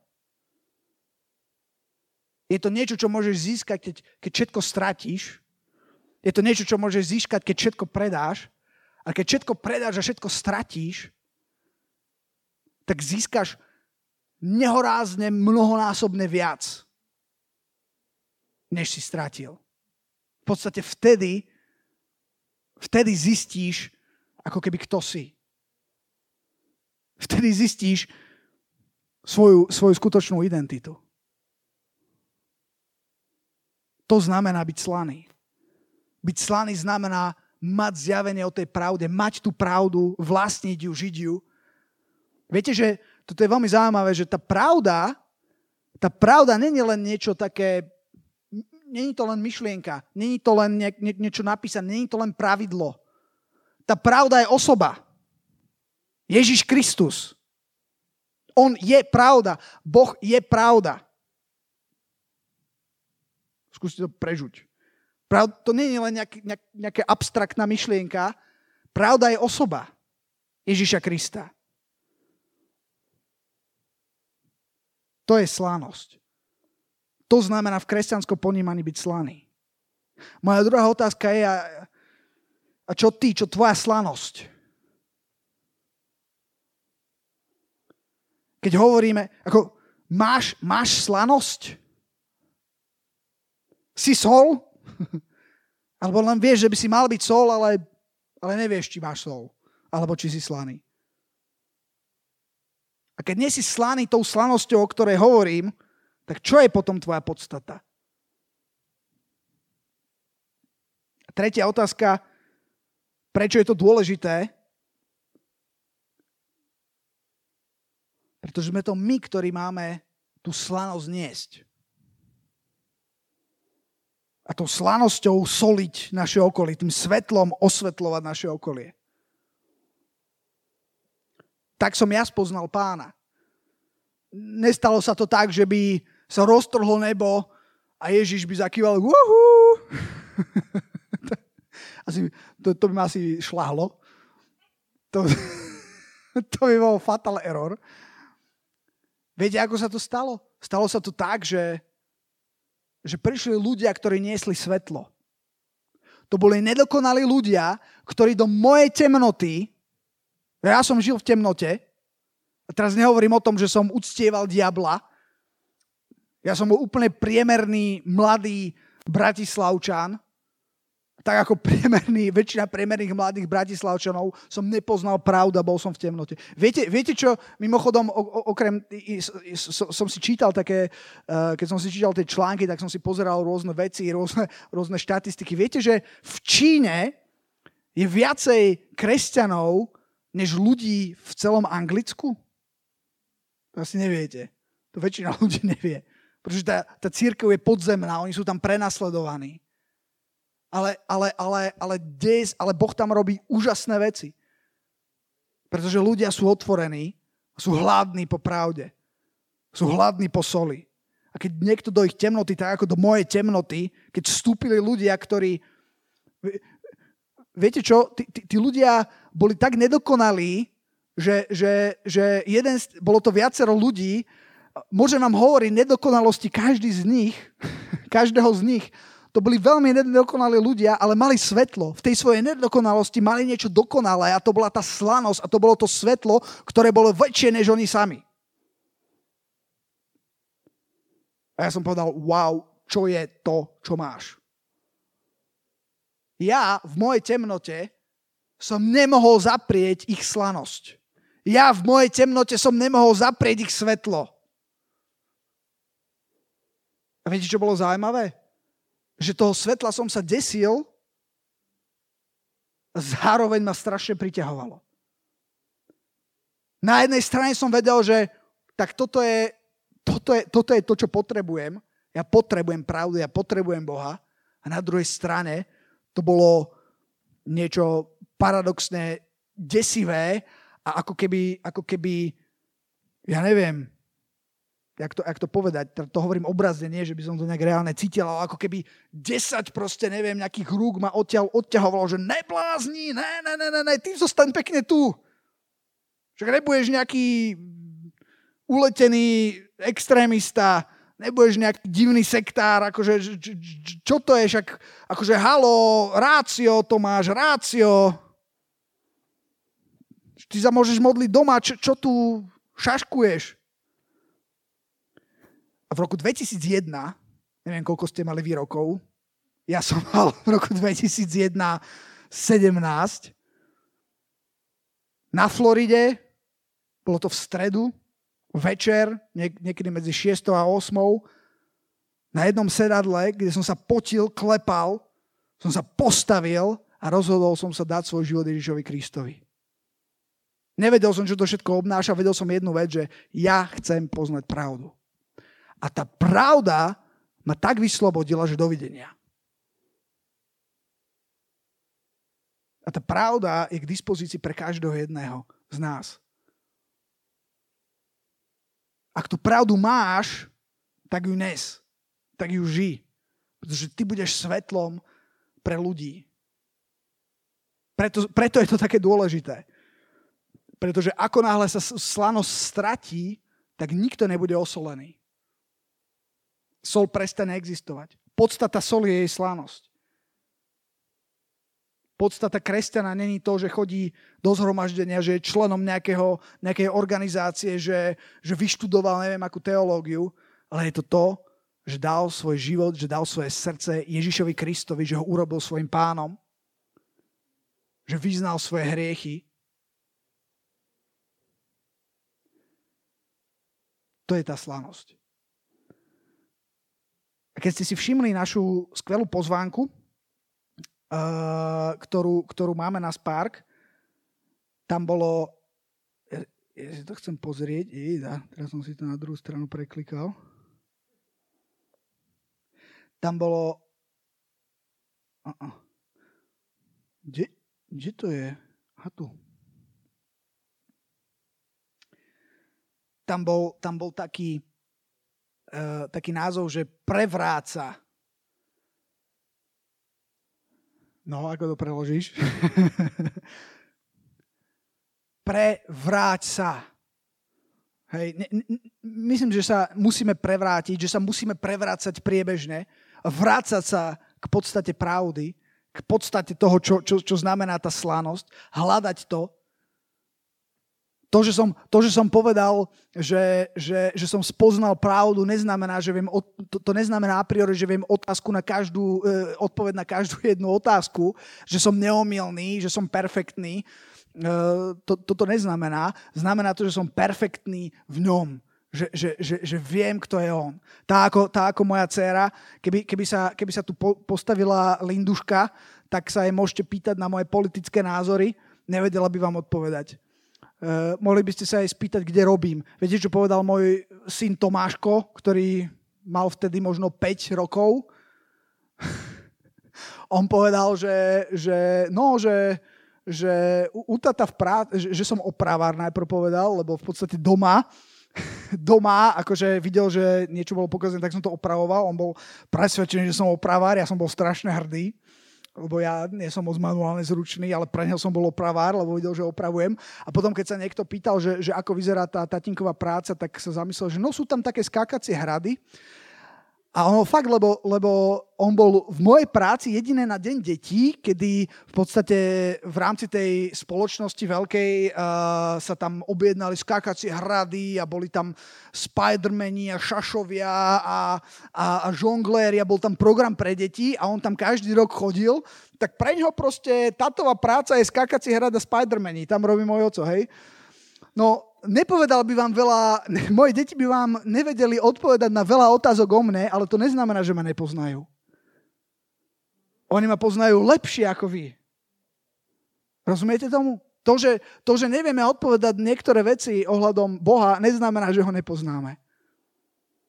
Je to niečo, čo môžeš získať, keď, keď všetko stratíš. Je to niečo, čo môžeš získať, keď všetko predáš. A keď všetko predáš a všetko stratíš, tak získaš nehorázne mnohonásobne viac, než si stratil. V podstate vtedy, vtedy zistíš, ako keby kto si. Vtedy zistíš svoju, svoju skutočnú identitu. To znamená byť slaný. Byť slaný znamená mať zjavenie o tej pravde, mať tú pravdu, vlastniť ju, žiť ju. Viete, že toto je veľmi zaujímavé, že tá pravda, tá pravda není len niečo také, není to len myšlienka, není to len nie, nie, niečo napísané, není to len pravidlo. Tá pravda je osoba. Ježiš Kristus. On je pravda. Boh je pravda. Skúste to prežuť. Pravda, to nie je len nejaký, nejak, nejaká abstraktná myšlienka. Pravda je osoba Ježiša Krista. To je slanosť. To znamená v kresťanskom ponímaní byť slaný. Moja druhá otázka je, a, a čo ty, čo tvoja slanosť? Keď hovoríme, ako máš, máš slanosť? Si sol? Alebo len vieš, že by si mal byť sol, ale, ale nevieš, či máš sol. Alebo či si slaný. A keď nie si slaný tou slanosťou, o ktorej hovorím, tak čo je potom tvoja podstata? A tretia otázka, prečo je to dôležité? Pretože sme to my, ktorí máme tú slanosť niesť. A tou slanosťou soliť naše okolie, tým svetlom osvetľovať naše okolie. Tak som ja spoznal Pána. Nestalo sa to tak, že by sa roztrhlo nebo a Ježiš by zakýval uhú. asi, to, to by ma asi šľahlo. To, to by bol fatal error. Viete, ako sa to stalo? Stalo sa to tak, že, že prišli ľudia, ktorí niesli svetlo. To boli nedokonalí ľudia, ktorí do mojej temnoty. Ja som žil v temnote. A teraz nehovorím o tom, že som uctieval diabla. Ja som bol úplne priemerný, mladý Bratislavčan. Tak ako priemerný, väčšina priemerných mladých Bratislavčanov som nepoznal pravdu a bol som v temnote. Viete, viete čo? Mimochodom, okrem, som si čítal také, keď som si čítal tie články, tak som si pozeral rôzne veci, rôzne, rôzne štatistiky. Viete, že v Číne je viacej kresťanov, než ľudí v celom Anglicku? To asi neviete. To väčšina ľudí nevie. Pretože tá, tá cirkev je podzemná, oni sú tam prenasledovaní. Ale, ale, ale, ale, des, ale Boh tam robí úžasné veci. Pretože ľudia sú otvorení, sú hladní po pravde. Sú hladní po soli. A keď niekto do ich temnoty, tak ako do mojej temnoty, keď vstúpili ľudia, ktorí... Viete čo? Tí, tí, tí ľudia boli tak nedokonalí, že, že, že jeden, bolo to viacero ľudí, môžem vám hovoriť nedokonalosti každý z nich, každého z nich. To boli veľmi nedokonalí ľudia, ale mali svetlo. V tej svojej nedokonalosti mali niečo dokonalé a to bola tá slanosť a to bolo to svetlo, ktoré bolo väčšie než oni sami. A ja som povedal, wow, čo je to, čo máš? Ja v mojej temnote som nemohol zaprieť ich slanosť. Ja v mojej temnote som nemohol zaprieť ich svetlo. A viete, čo bolo zaujímavé? Že toho svetla som sa desil a zároveň ma strašne priťahovalo. Na jednej strane som vedel, že tak toto je, toto je, toto je to, čo potrebujem. Ja potrebujem pravdu, ja potrebujem Boha. A A na druhej strane to bolo niečo paradoxné, desivé a ako keby, ako keby ja neviem, jak to, jak to povedať, to hovorím obrazne, nie, že by som to nejak reálne cítil, ale ako keby desať proste, neviem, nejakých rúk ma odtiaľ odťahovalo, že neblázni, ne, ne, ne, ne, ne, ty zostaň pekne tu. Však nebudeš nejaký uletený extrémista, nebudeš nejaký divný sektár, akože, čo to je, však, akože halo, rácio, to máš, rácio. Ty sa môžeš modliť doma, čo, čo tu šaškuješ? A v roku dvetisícjeden, neviem, koľko ste mali vy rokov, ja som mal v roku dvetisícjeden sedemnásť, na Floride, bolo to v stredu, večer, niek- niekedy medzi šiestou a ôsmou, na jednom sedadle, kde som sa potil, klepal, som sa postavil a rozhodol som sa dať svoj život Ježišovi Kristovi. Nevedel som, čo to všetko obnáša, vedel som jednu vec, že ja chcem poznať pravdu. A tá pravda ma tak vyslobodila, že dovidenia. A tá pravda je k dispozícii pre každého jedného z nás. Ak tú pravdu máš, tak ju nes, tak ju ži. Pretože ty budeš svetlom pre ľudí. Preto, preto je to také dôležité. Pretože ako náhle sa slanosť stratí, tak nikto nebude osolený. Sol prestane existovať. Podstata soli je jej slanosť. Podstata kresťana není to, že chodí do zhromaždenia, že je členom nejakého, nejakej organizácie, že, že vyštudoval neviem akú teológiu, ale je to to, že dal svoj život, že dal svoje srdce Ježišovi Kristovi, že ho urobil svojim pánom, že vyznal svoje hriechy. To je tá slanosť. A keď ste si všimli našu skvelú pozvánku, uh, ktorú, ktorú máme na Spark, tam bolo... Ja, ja si to chcem pozrieť. Ejda, teraz som si to na druhú stranu preklikal. Tam bolo... Uh-uh. Kde, kde to je? Aha, tu. Tam bol, tam bol taký, uh, taký názov, že prevráca. No, ako to preložíš? Prevráť sa. Hej, ne, ne, myslím, že sa musíme prevrátiť, že sa musíme prevrácať priebežne, vrácať sa k podstate pravdy, k podstate toho, čo, čo, čo znamená tá slanosť, hľadať to. To, že som, to, že som povedal, že, že, že som spoznal pravdu, neznamená, že viem, to, to neznamená a priori, že viem otázku na každú, eh, odpoveď na každú jednu otázku, že som neomylný, že som perfektný. Eh, to, toto neznamená. Znamená to, že som perfektný v ňom. Že, že, že, že viem, kto je on. Tá ako, tá ako moja dcéra, keby, keby, sa, keby sa tu po, postavila Linduška, tak sa jej môžete pýtať na moje politické názory, nevedela by vám odpovedať. Uh, mohli by ste sa aj spýtať, kde robím. Viete, čo povedal môj syn Tomáško, ktorý mal vtedy možno päť rokov? On povedal, že, že, no, že, že u, u tata v práci, že, že som opravár najprv povedal, lebo v podstate doma, doma, akože videl, že niečo bolo pokazené, tak som to opravoval. On bol presvedčený, že som opravár, ja som bol strašne hrdý. Lebo ja nie som moc manuálne zručný, ale pre neho som bol opravár, lebo videl, že opravujem. A potom, keď sa niekto pýtal, že, že ako vyzerá tá tatinková práca, tak sa zamyslel, že no sú tam také skákacie hrady. A ono fakt, lebo, lebo on bol v mojej práci jediné na deň detí, kedy v podstate v rámci tej spoločnosti veľkej uh, sa tam objednali skákacie hrady a boli tam Spidermani a šašovia a, a, a žongléri a bol tam program pre deti a on tam každý rok chodil, tak pre ňoho proste tátová práca je skákacie hrad a Spidermani. Tam robí môj oco, hej. No, nepovedal by vám veľa, moje deti by vám nevedeli odpovedať na veľa otázok o mne, ale to neznamená, že ma nepoznajú. Oni ma poznajú lepšie ako vy. Rozumiete tomu? To, že, to, že nevieme odpovedať niektoré veci ohľadom Boha, neznamená, že ho nepoznáme. A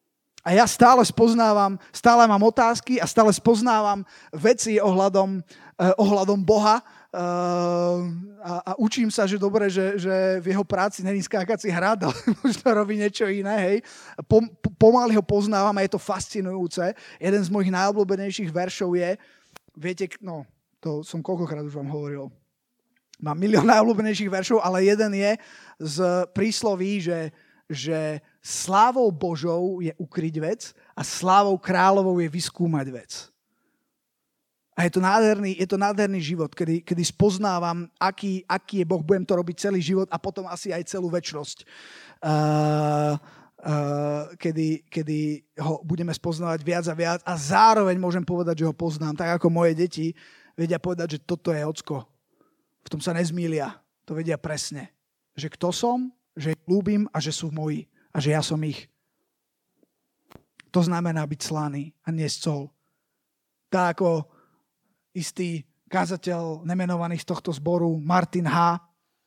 A ja stále spoznávam, stále mám otázky a stále spoznávam veci ohľadom, eh, ohľadom Boha eh, a, a učím sa, že dobre, že, že v jeho práci není skákací hrad, ale možno robí niečo iné. Hej. Pom, pomaly ho poznávam a je to fascinujúce. Jeden z mojich najobľúbenejších veršov je, viete, no, to som koľkokrát už vám hovoril, mám milión najobľúbenejších veršov, ale jeden je z prísloví, že, že slávou Božou je ukryť vec a slávou kráľovou je vyskúmať vec. A je to nádherný, je to nádherný život, kedy, kedy spoznávam, aký, aký je Boh, budem to robiť celý život a potom asi aj celú večnosť. Uh, uh, kedy, kedy ho budeme spoznávať viac a viac a zároveň môžem povedať, že ho poznám. Tak ako moje deti vedia povedať, že toto je ocko. V tom sa nezmýlia. To vedia presne. Že kto som, že ich ľúbim a že sú moji. A že ja som ich. To znamená byť slaný a nie sol. Tak ako istý kázateľ nemenovaný z tohto zboru, Martin H.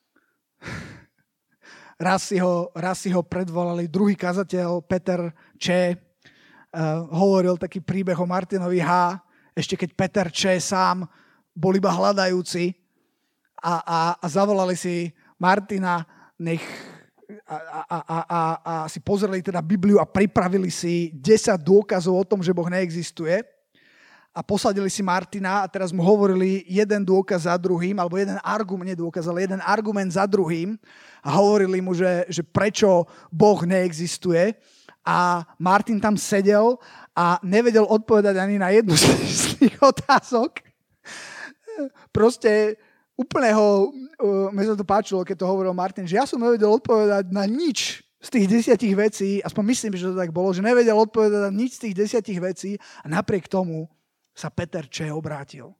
Raz si ho, raz si ho predvolali druhý kázateľ, Peter Č. Uh, hovoril taký príbeh o Martinovi H. Ešte keď Peter Č. sám bol iba hľadajúci a, a, a zavolali si Martina, nech A, a, a, a, a si pozreli teda Bibliu a pripravili si desať dôkazov o tom, že Boh neexistuje a posadili si Martina a teraz mu hovorili jeden dôkaz za druhým, alebo jeden argument, nie dôkaz, ale jeden argument za druhým a hovorili mu, že, že prečo Boh neexistuje a Martin tam sedel a nevedel odpovedať ani na jednu z tých otázok. Proste úplne ho, uh, mne sa to páčilo, keď to hovoril Martin, že ja som nevedel odpovedať na nič z tých desiatich vecí, aspoň myslím, že to tak bolo, že nevedel odpovedať na nič z tých desiatich vecí a napriek tomu sa Peter Č. obrátil.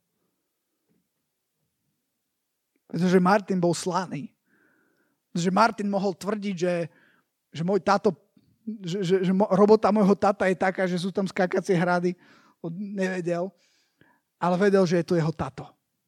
Pretože Martin bol slaný. Pretože Martin mohol tvrdiť, že, že môj táto, že, že, že robota môjho tata je taká, že sú tam skákacie hrady. On nevedel, ale vedel, že je to jeho tato.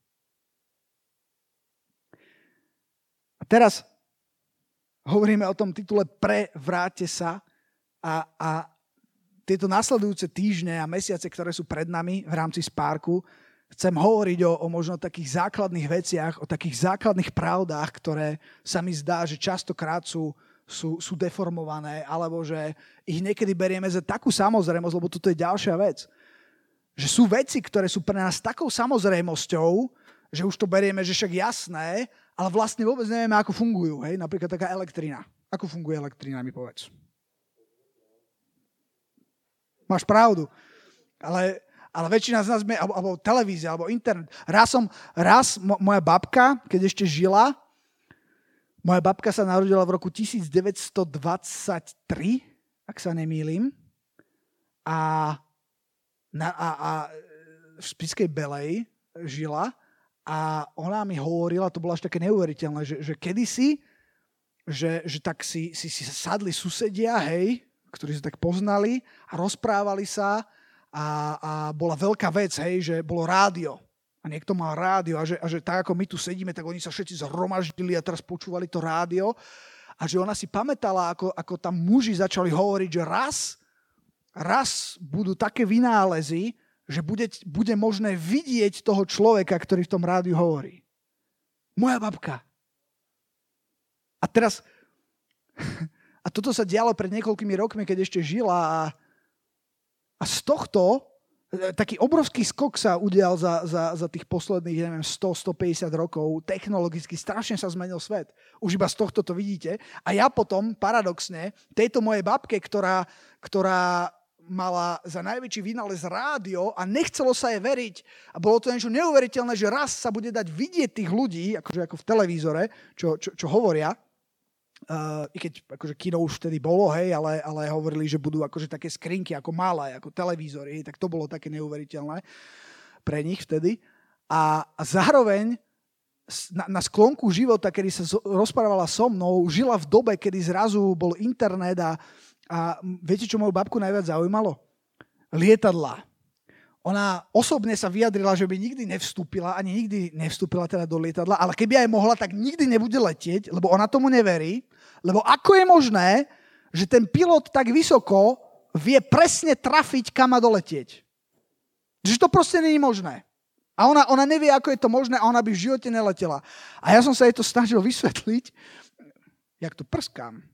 A teraz hovoríme o tom titule Prevráťte sa a, a tieto nasledujúce týždne a mesiace, ktoré sú pred nami v rámci Sparku, chcem hovoriť o, o možno takých základných veciach, o takých základných pravdách, ktoré sa mi zdá, že častokrát sú, sú, sú deformované, alebo že ich niekedy berieme za takú samozrejmosť, lebo toto je ďalšia vec. Že sú veci, ktoré sú pre nás takou samozrejmosťou, že už to berieme, že však jasné, ale vlastne vôbec nevieme, ako fungujú. Hej? Napríklad taká elektrina. Ako funguje elektrina, mi povedz. Máš pravdu. Ale, ale väčšina z nás, alebo, alebo televízia, alebo internet. Raz som, raz mo, moja babka, keď ešte žila, moja babka sa narodila v roku devätnásťstodvadsaťtri, ak sa nemýlim. A, na, a, a v Spišskej Belej žila. A ona mi hovorila, to bolo až také neuveriteľné, že, že kedysi, že, že tak si, si, si sadli susedia, hej, ktorí sa tak poznali a rozprávali sa a, a bola veľká vec, hej, že bolo rádio. A niekto mal rádio a že, a že tak, ako my tu sedíme, tak oni sa všetci zhromaždili a teraz počúvali to rádio. A že ona si pamätala, ako, ako tam muži začali hovoriť, že raz, raz budú také vynálezy, že bude, bude možné vidieť toho človeka, ktorý v tom rádiu hovorí. Moja babka. A teraz, a toto sa dialo pred niekoľkými rokmi, keď ešte žila a, a z tohto taký obrovský skok sa udial za, za, za tých posledných, neviem, sto až stopäťdesiat rokov. Technologicky strašne sa zmenil svet. Už iba z tohto to vidíte. A ja potom, paradoxne, tejto mojej babke, ktorá, ktorá mala za najväčší vynález rádio a nechcelo sa jej veriť. A bolo to niečo neuveriteľné, že raz sa bude dať vidieť tých ľudí, akože ako v televízore, čo, čo, čo hovoria. Uh, I keď akože kino už vtedy bolo, hej, ale, ale hovorili, že budú akože také skrinky ako malé, ako televízory, tak to bolo také neuveriteľné pre nich vtedy. A, a zároveň na, na sklonku života, kedy sa zo, rozprávala so mnou, žila v dobe, kedy zrazu bol internet a A viete, čo moju babku najviac zaujímalo? Lietadlá. Ona osobne sa vyjadrila, že by nikdy nevstúpila, ani nikdy nevstúpila teda do lietadla, ale keby aj mohla, tak nikdy nebude letieť, lebo ona tomu neverí. Lebo ako je možné, že ten pilot tak vysoko vie presne trafiť, kam má doletieť. Že to proste nie je možné. A ona, ona nevie, ako je to možné a ona by v živote neletela. A ja som sa jej to snažil vysvetliť, jak to prskám.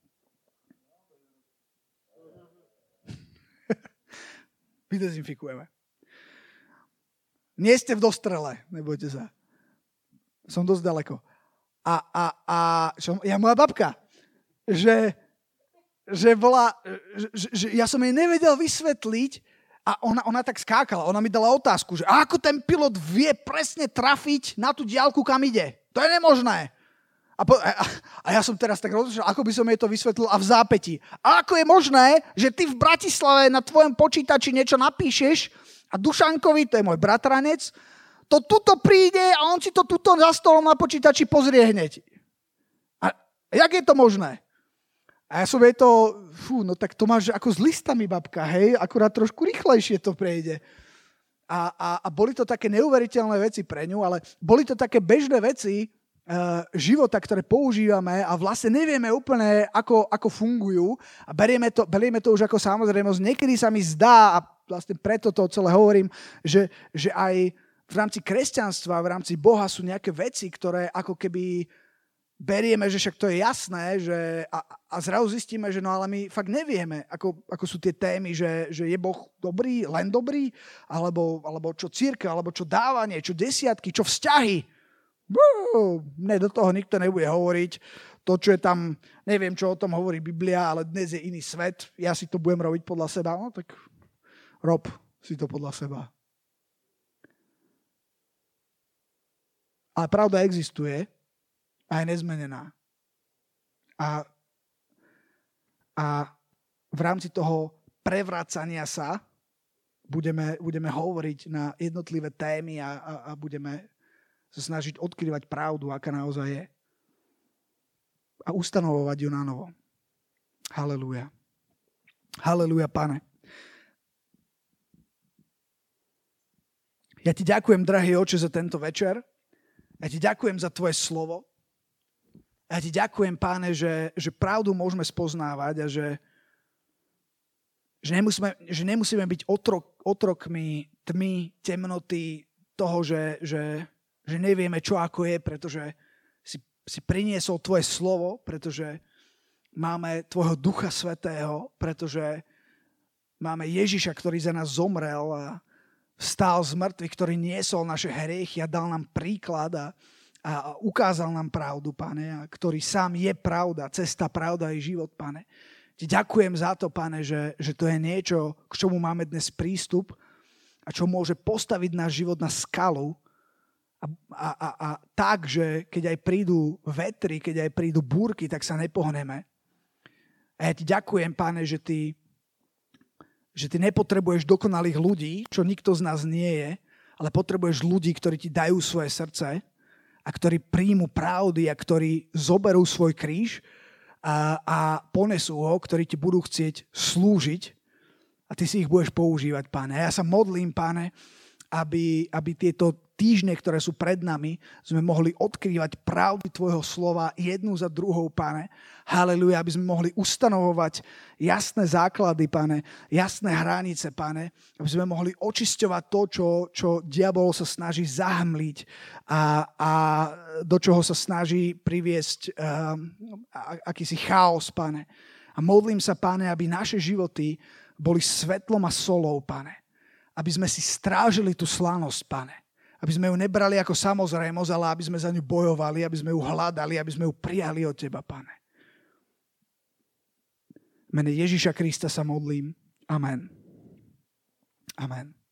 Vydezinfikujeme. Nie ste v dostrele, nebojte sa. Som dosť ďaleko. A, a, a čo, ja moja babka, že, že bola, že, že ja som jej nevedel vysvetliť a ona, ona tak skákala. Ona mi dala otázku, že ako ten pilot vie presne trafiť na tú diaľku, kam ide. To je nemožné. A, po, a, a ja som teraz tak rozlišil, ako by som jej to vysvetlil a v zápätí. A ako je možné, že ty v Bratislave na tvojom počítači niečo napíšeš a Dušankovi, to je môj bratranec, to tuto príde a on si to tuto za stolom na počítači pozrie hneď. A jak je to možné? A ja som jej to, fú, no tak to máš ako s listami, babka, hej, akurát trošku rýchlejšie to prejde. A, a, a boli to také neuveriteľné veci pre ňu, ale boli to také bežné veci uh, života, ktoré používame a vlastne nevieme úplne, ako, ako fungujú a berieme to, berieme to už ako samozrejmosť. Niekedy sa mi zdá, a vlastne preto to celé hovorím, že, že aj v rámci kresťanstva, v rámci Boha sú nejaké veci, ktoré ako keby berieme, že však to je jasné, že a, a zrazu zistíme, že no ale my fakt nevieme, ako, ako sú tie témy, že, že je Boh dobrý, len dobrý, alebo, alebo čo cirkev, alebo čo dávanie, čo desiatky, čo vzťahy. Bú, ne, do toho nikto nebude hovoriť. To, čo je tam, neviem, čo o tom hovorí Biblia, ale dnes je iný svet. Ja si to budem robiť podľa seba. No tak rob si to podľa seba. Ale pravda existuje a je nezmenená. A, a v rámci toho prevracania sa budeme, budeme hovoriť na jednotlivé témy a, a, a budeme sa snažiť odkrývať pravdu, aká naozaj je. A ustanovovať ju na novo. Halelúja. Halelúja, Pane. Ja ti ďakujem, drahý Oče, za tento večer. Ja ti ďakujem za tvoje slovo. Ja ti ďakujem, Páne, že, že pravdu môžeme spoznávať a že, že, nemusíme, že nemusíme byť otrok, otrokmi tmy, temnoty, toho, že, že, že nevieme, čo ako je, pretože si, si priniesol tvoje slovo, pretože máme tvojho Ducha Svätého, pretože máme Ježiša, ktorý za nás zomrel a vstal z mŕtvych, ktorý niesol naše hriechy a dal nám príklad a, a ukázal nám pravdu, Pane, a ktorý sám je pravda, cesta, pravda i život, Pane. Ti ďakujem za to, Pane, že, že to je niečo, k čomu máme dnes prístup a čo môže postaviť náš život na skalu a, a, a, a tak, že keď aj prídu vetry, keď aj prídu búrky, tak sa nepohneme. A ja ti ďakujem, Pane, že ty že ty nepotrebuješ dokonalých ľudí, čo nikto z nás nie je, ale potrebuješ ľudí, ktorí ti dajú svoje srdce a ktorí príjmu pravdy a ktorí zoberú svoj kríž a, a ponesú ho, ktorí ti budú chcieť slúžiť a ty si ich budeš používať, Páne. Ja sa modlím, Páne, aby, aby tieto týždne, ktoré sú pred nami, sme mohli odkrývať pravdy tvojho slova jednu za druhou, Pane. Haleluja, aby sme mohli ustanovovať jasné základy, Pane, jasné hranice, Pane, aby sme mohli očisťovať to, čo, čo diabol sa snaží zahmliť a, a do čoho sa snaží priviesť um, akýsi chaos, Pane. A modlím sa, Pane, aby naše životy boli svetlom a solou, Pane. Aby sme si strážili tú slanosť, Pane. Aby sme ju nebrali ako samozrejmosť, ale aby sme za ňu bojovali, aby sme ju hľadali, aby sme ju prijali od teba, Pane. V mene Ježiša Krista sa modlím. Amen. Amen.